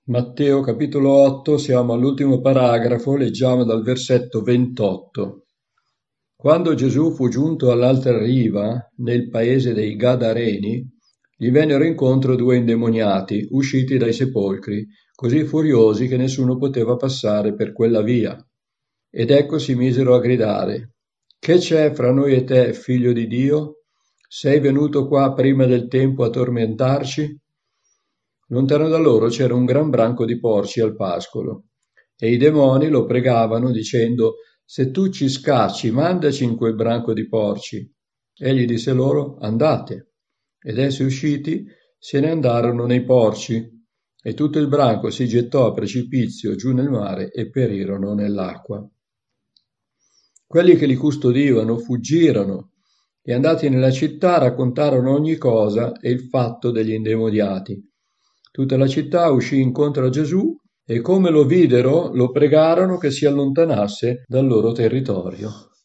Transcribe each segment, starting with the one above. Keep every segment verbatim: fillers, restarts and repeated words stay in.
Matteo capitolo otto, siamo all'ultimo paragrafo, leggiamo dal versetto ventotto. Quando Gesù fu giunto all'altra riva, nel paese dei Gadareni, gli vennero incontro due indemoniati, usciti dai sepolcri, così furiosi che nessuno poteva passare per quella via. Ed ecco si misero a gridare: Che c'è fra noi e te, figlio di Dio? Sei venuto qua prima del tempo a tormentarci? Lontano da loro c'era un gran branco di porci al pascolo, e i demoni lo pregavano dicendo: Se tu ci scacci, mandaci in quel branco di porci. Egli disse loro: Andate. Ed essi usciti se ne andarono nei porci, e tutto il branco si gettò a precipizio giù nel mare e perirono nell'acqua. Quelli che li custodivano fuggirono e andati nella città raccontarono ogni cosa e il fatto degli indemoniati. Tutta la città uscì incontro a Gesù e come lo videro lo pregarono che si allontanasse dal loro territorio.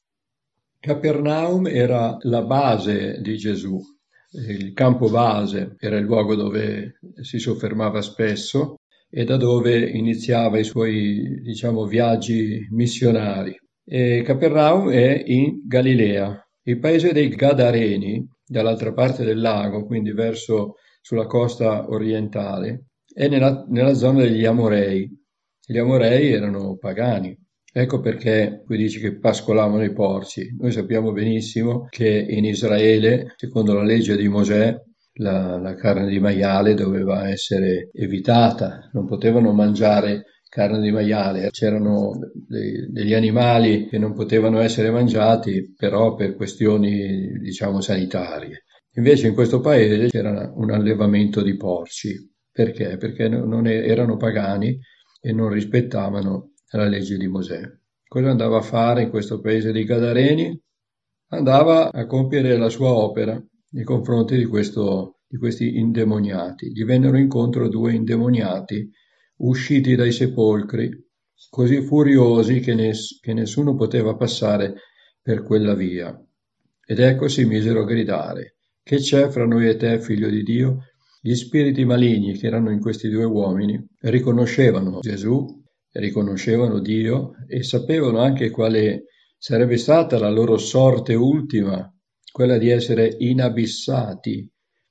Capernaum era la base di Gesù, il campo base era il luogo dove si soffermava spesso e da dove iniziava i suoi, diciamo, viaggi missionari. E Capernaum è in Galilea. Il paese dei Gadareni, dall'altra parte del lago, quindi verso sulla costa orientale, è nella, nella zona degli Amorei. Gli Amorei erano pagani. Ecco perché qui dice che pascolavano i porci. Noi sappiamo benissimo che in Israele, secondo la legge di Mosè, la, la carne di maiale doveva essere evitata, non potevano mangiare carne di maiale, c'erano dei, degli animali che non potevano essere mangiati, però per questioni, diciamo, sanitarie. Invece in questo paese c'era un allevamento di porci. Perché? Perché non e- erano pagani e non rispettavano la legge di Mosè. Cosa andava a fare in questo paese dei Gadareni? Andava a compiere la sua opera nei confronti di, questo, di questi indemoniati. Gli vennero incontro due indemoniati usciti dai sepolcri, così furiosi che, ness- che nessuno poteva passare per quella via. Ed ecco si misero a gridare: Che c'è fra noi e te, figlio di Dio? Gli spiriti maligni che erano in questi due uomini riconoscevano Gesù, riconoscevano Dio e sapevano anche quale sarebbe stata la loro sorte ultima, quella di essere inabissati.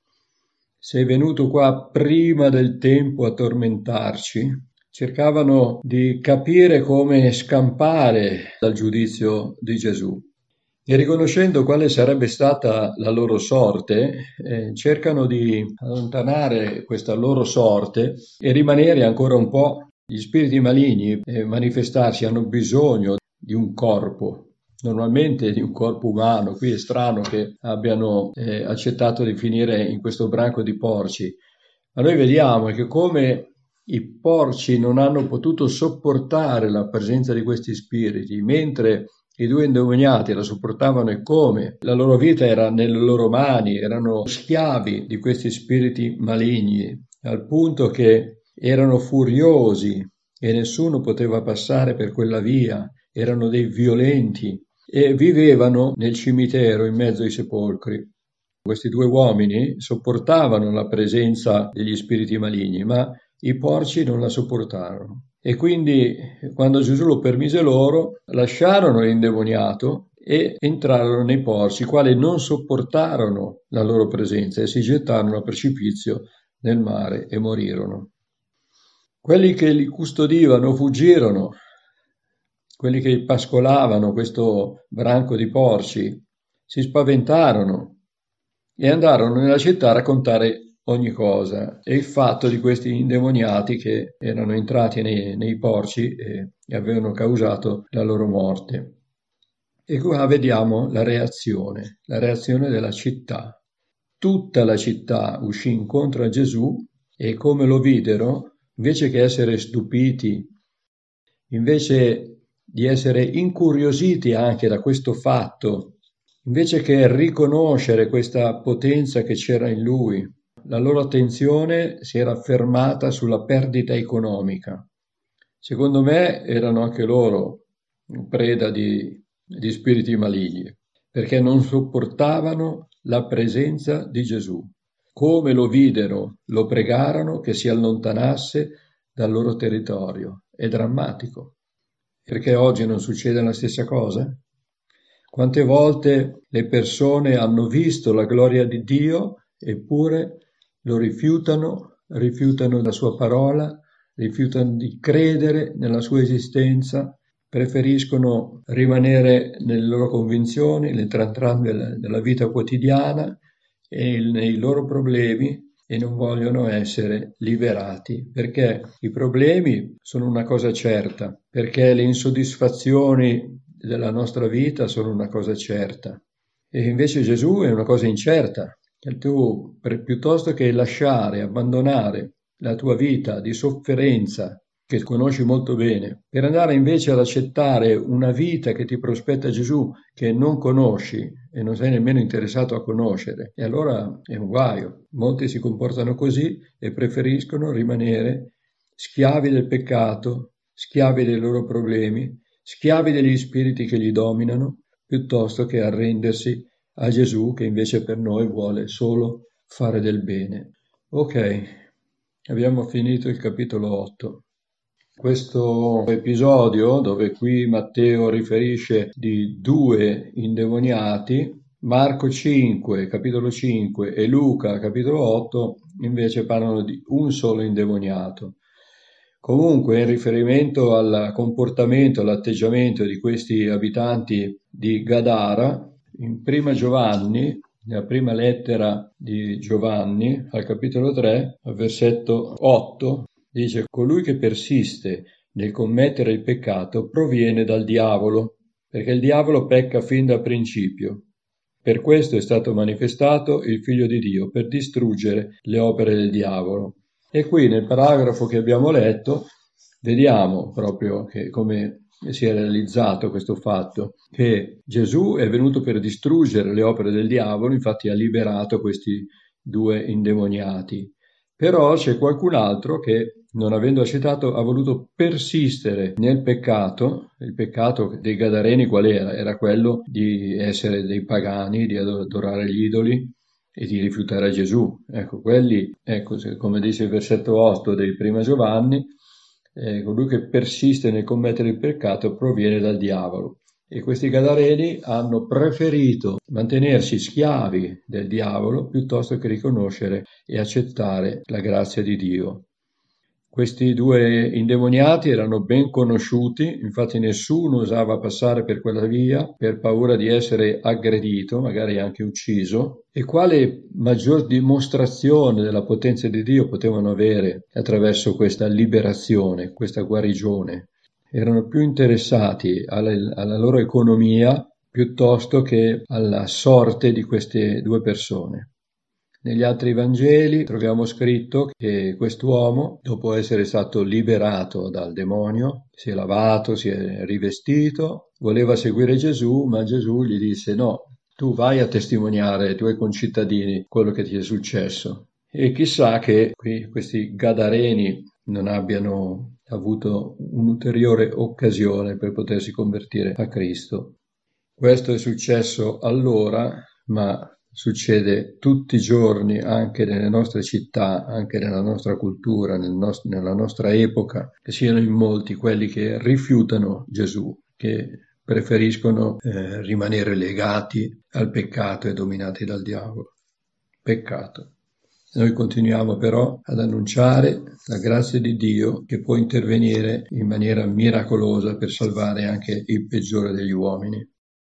Sei venuto qua prima del tempo a tormentarci. Cercavano di capire come scampare dal giudizio di Gesù. E riconoscendo quale sarebbe stata la loro sorte, eh, cercano di allontanare questa loro sorte e rimanere ancora un po'. Gli spiriti maligni eh, manifestarsi hanno bisogno di un corpo, normalmente di un corpo umano. Qui è strano che abbiano eh, accettato di finire in questo branco di porci, ma noi vediamo che come i porci non hanno potuto sopportare la presenza di questi spiriti, mentre i due indemoniati la sopportavano e come la loro vita era nelle loro mani, erano schiavi di questi spiriti maligni, al punto che erano furiosi e nessuno poteva passare per quella via, erano dei violenti e vivevano nel cimitero in mezzo ai sepolcri. Questi due uomini sopportavano la presenza degli spiriti maligni, ma i porci non la sopportarono. E quindi, quando Gesù lo permise loro, lasciarono l'indemoniato e entrarono nei porci, i quali non sopportarono la loro presenza e si gettarono a precipizio nel mare e morirono. Quelli che li custodivano fuggirono, quelli che pascolavano questo branco di porci si spaventarono e andarono nella città a raccontare ogni cosa e il fatto di questi indemoniati che erano entrati nei, nei porci e, e avevano causato la loro morte. E qua vediamo la reazione, la reazione della città. Tutta la città uscì incontro a Gesù e come lo videro, invece che essere stupiti, invece di essere incuriositi anche da questo fatto, invece che riconoscere questa potenza che c'era in lui, la loro attenzione si era fermata sulla perdita economica. Secondo me erano anche loro preda di, di spiriti maligni, perché non sopportavano la presenza di Gesù. Come lo videro, lo pregarono che si allontanasse dal loro territorio. È drammatico. Perché oggi non succede la stessa cosa? Quante volte le persone hanno visto la gloria di Dio eppure lo rifiutano, rifiutano la sua parola, rifiutano di credere nella sua esistenza, preferiscono rimanere nelle loro convinzioni, nel tran tran della, della vita quotidiana e nei loro problemi e non vogliono essere liberati, perché i problemi sono una cosa certa, perché le insoddisfazioni della nostra vita sono una cosa certa. E invece Gesù è una cosa incerta. E tu, per, piuttosto che lasciare, abbandonare la tua vita di sofferenza, che conosci molto bene, per andare invece ad accettare una vita che ti prospetta Gesù, che non conosci e non sei nemmeno interessato a conoscere, e allora è un guaio. Molti si comportano così e preferiscono rimanere schiavi del peccato, schiavi dei loro problemi, schiavi degli spiriti che li dominano, piuttosto che arrendersi a Gesù che invece per noi vuole solo fare del bene. Ok, abbiamo finito il capitolo otto. Questo episodio, dove qui Matteo riferisce di due indemoniati, Marco cinque, capitolo cinque, e Luca, capitolo otto, invece parlano di un solo indemoniato. Comunque, in riferimento al comportamento, all'atteggiamento di questi abitanti di Gadara, in prima Giovanni, nella prima lettera di Giovanni, al capitolo tre, al versetto otto, dice: colui che persiste nel commettere il peccato proviene dal diavolo, perché il diavolo pecca fin dal principio. Per questo è stato manifestato il Figlio di Dio, per distruggere le opere del diavolo. E qui nel paragrafo che abbiamo letto vediamo proprio che come si è realizzato questo fatto, che Gesù è venuto per distruggere le opere del diavolo, infatti ha liberato questi due indemoniati. Però c'è qualcun altro che, non avendo accettato, ha voluto persistere nel peccato. Il peccato dei Gadareni qual era? Era quello di essere dei pagani, di adorare gli idoli e di rifiutare Gesù. Ecco, quelli, ecco, come dice il versetto otto dei prima Giovanni, eh, colui che persiste nel commettere il peccato proviene dal diavolo. E questi Gadareni hanno preferito mantenersi schiavi del diavolo piuttosto che riconoscere e accettare la grazia di Dio. Questi due indemoniati erano ben conosciuti, infatti nessuno osava passare per quella via per paura di essere aggredito, magari anche ucciso. E quale maggior dimostrazione della potenza di Dio potevano avere attraverso questa liberazione, questa guarigione? Erano più interessati alla, alla loro economia piuttosto che alla sorte di queste due persone. Negli altri Vangeli troviamo scritto che quest'uomo, dopo essere stato liberato dal demonio, si è lavato, si è rivestito, voleva seguire Gesù, ma Gesù gli disse: no, tu vai a testimoniare ai tuoi concittadini quello che ti è successo. E chissà che qui questi Gadareni non abbiano avuto un'ulteriore occasione per potersi convertire a Cristo. Questo è successo allora, ma succede tutti i giorni anche nelle nostre città, anche nella nostra cultura, nel nost- nella nostra epoca, che siano in molti quelli che rifiutano Gesù, che preferiscono eh, rimanere legati al peccato e dominati dal diavolo. Peccato. Noi continuiamo però ad annunciare la grazia di Dio che può intervenire in maniera miracolosa per salvare anche il peggiore degli uomini.